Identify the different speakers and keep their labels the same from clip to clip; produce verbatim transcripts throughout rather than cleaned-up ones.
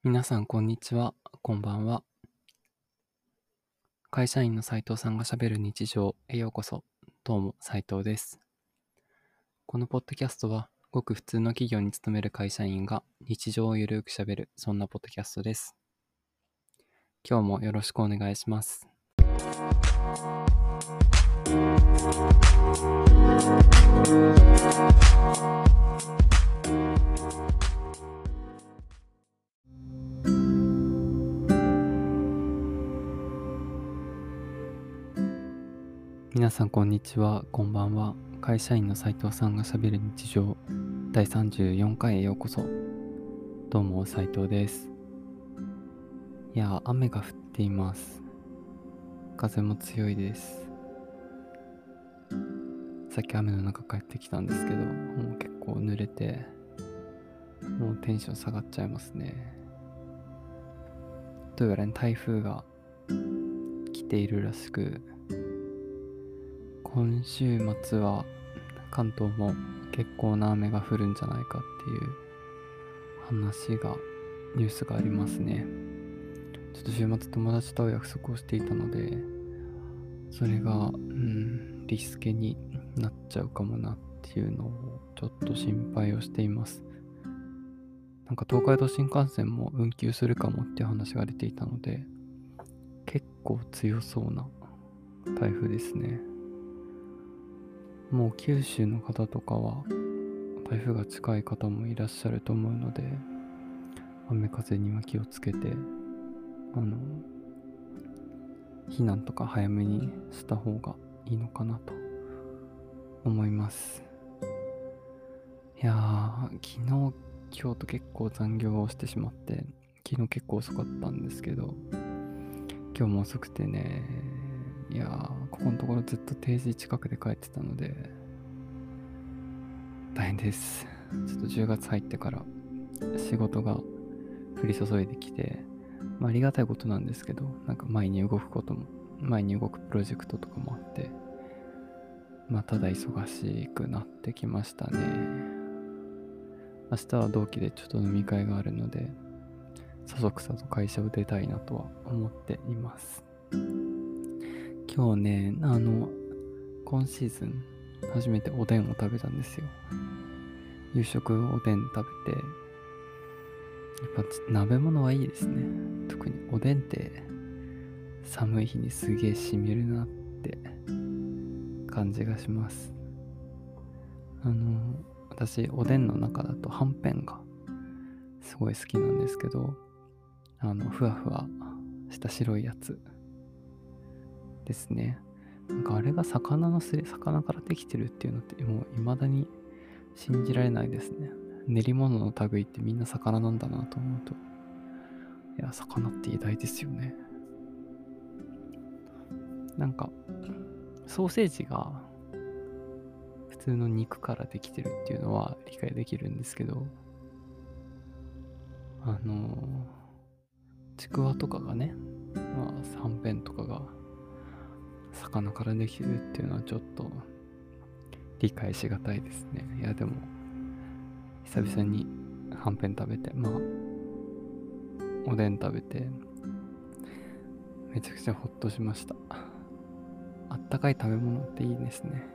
Speaker 1: 皆さんこんにちは、こんばんは。会社員の斉藤さんがしゃべる日常へようこそ。どうも斉藤です。このポッドキャストはごく普通の企業に勤める会社員が日常をゆるくしゃべる、そんなポッドキャストです。今日もよろしくお願いします。皆さんこんにちは、こんばんは。会社員の斉藤さんがしゃべる日常だいさんじゅうよんかいへようこそ。どうも斉藤です。いや、雨が降っています。風も強いです。さっき雨の中帰ってきたんですけど、もう結構濡れて、もうテンション下がっちゃいますね。どうやら台風が来ているらしく、今週末は関東も結構な雨が降るんじゃないかっていう話が、ニュースがありますね。ちょっと週末友達と会う約束をしていたので、それが、うん、リスケになっちゃうかもなっていうのをちょっと心配をしています。なんか東海道新幹線も運休するかもっていう話が出ていたので、結構強そうな台風ですね。もう九州の方とかは台風が近い方もいらっしゃると思うので、雨風には気をつけて、あの避難とか早めにした方がいいのかなと思います。いやー、昨日今日と結構残業をしてしまって、昨日結構遅かったんですけど、今日も遅くてね、いやー、ここのところずっと定時近くで帰ってたので、大変です。ちょっとじゅうがつ入ってから仕事が降り注いできて、まあ、ありがたいことなんですけど、なんか前に動くことも、前に動くプロジェクトとかもあって、まあ、ただ忙しくなってきましたね。明日は同期でちょっと飲み会があるので、そそくさと会社を出たいなとは思っています。今日ね、あの、今シーズン初めておでんを食べたんですよ。夕食おでん食べて、やっぱ鍋物はいいですね。特におでんって寒い日にすげえ染みるなって感じがします。あの、私おでんの中だとはんぺんがすごい好きなんですけど、あの、ふわふわした白いやつですね。なんかあれが魚のすり、魚からできてるっていうのってもう未だに信じられないですね。練り物の類ってみんな魚なんだなと思うと、いや、魚って偉大ですよね。なんか、ソーセージが普通の肉からできてるっていうのは理解できるんですけど、あのー、ちくわとかがね、まあ、はんぺんとかが魚からできてるっていうのはちょっと理解しがたいですね。いや、でも、久々にはんぺん食べて、まあ、おでん食べて、めちゃくちゃほっとしました。あったかい食べ物っていいですね。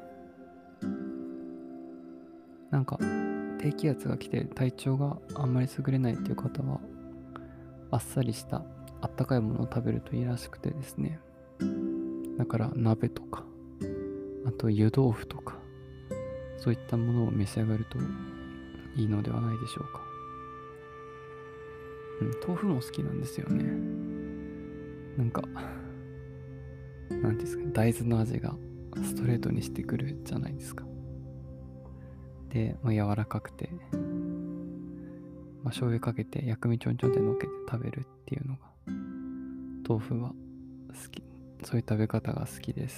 Speaker 1: なんか、低気圧が来て体調があんまり優れないっていう方は、あっさりしたあったかいものを食べるといいらしくてですね。だから鍋とか、あと湯豆腐とか、そういったものを召し上がるといいのではないでしょうか。うん、豆腐も好きなんですよね。なんか、なんですかね、大豆の味がストレートにしてくるじゃないですか。で、まあ、柔らかくて、まあ、醤油かけて薬味ちょんちょんでのっけて食べるっていうのが、豆腐は好き。そういう食べ方が好きです。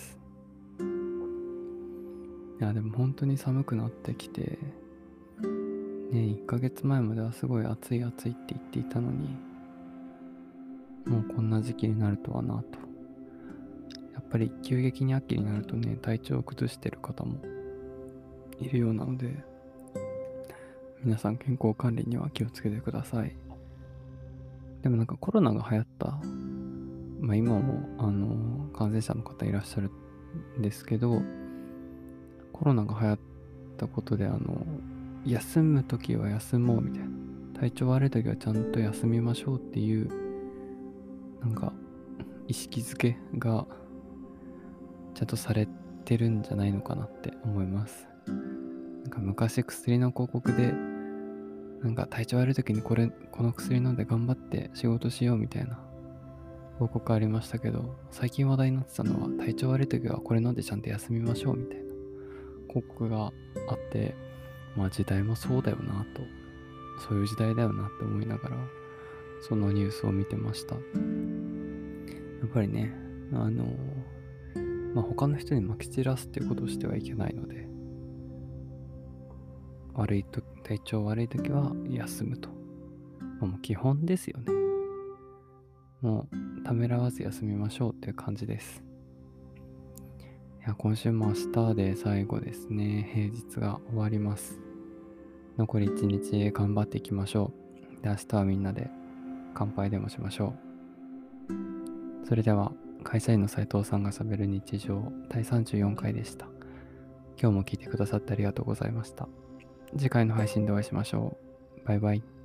Speaker 1: いや、でも本当に寒くなってきて、ね、いっかげつまえまではすごい暑い暑いって言っていたのに、もうこんな時期になるとはなと。やっぱり急激に秋になるとね、体調を崩してる方もいるようなので、皆さん健康管理には気をつけてください。 でもなんかコロナが流行った、まあ今もあの感染者の方いらっしゃるんですけど、コロナが流行ったことであの休むときは休もうみたいな、体調悪いときはちゃんと休みましょうっていうなんか意識づけがちゃんとされてるんじゃないのかなって思います。なんか昔薬の広告でなんか体調悪い時にこれこの薬飲んで頑張って仕事しようみたいな広告ありましたけど、最近話題になってたのは体調悪い時はこれ飲んでちゃんと休みましょうみたいな広告があって、まあ時代もそうだよなと、そういう時代だよなって思いながらそのニュースを見てました。やっぱりね、あのまあ他の人にまき散らすっていうことをしてはいけないので、悪いと体調悪い時は休むと、まあ、もう基本ですよね。もうためらわず休みましょうっていう感じです。いや、今週も明日で最後ですね。平日が終わります。残りいちにち頑張っていきましょう。で、明日はみんなで乾杯でもしましょう。それでは、会社員の斉藤さんがしゃべる日常だいさんじゅうよんかいでした。今日も聞いてくださってありがとうございました。次回の配信でお会いしましょう。バイバイ。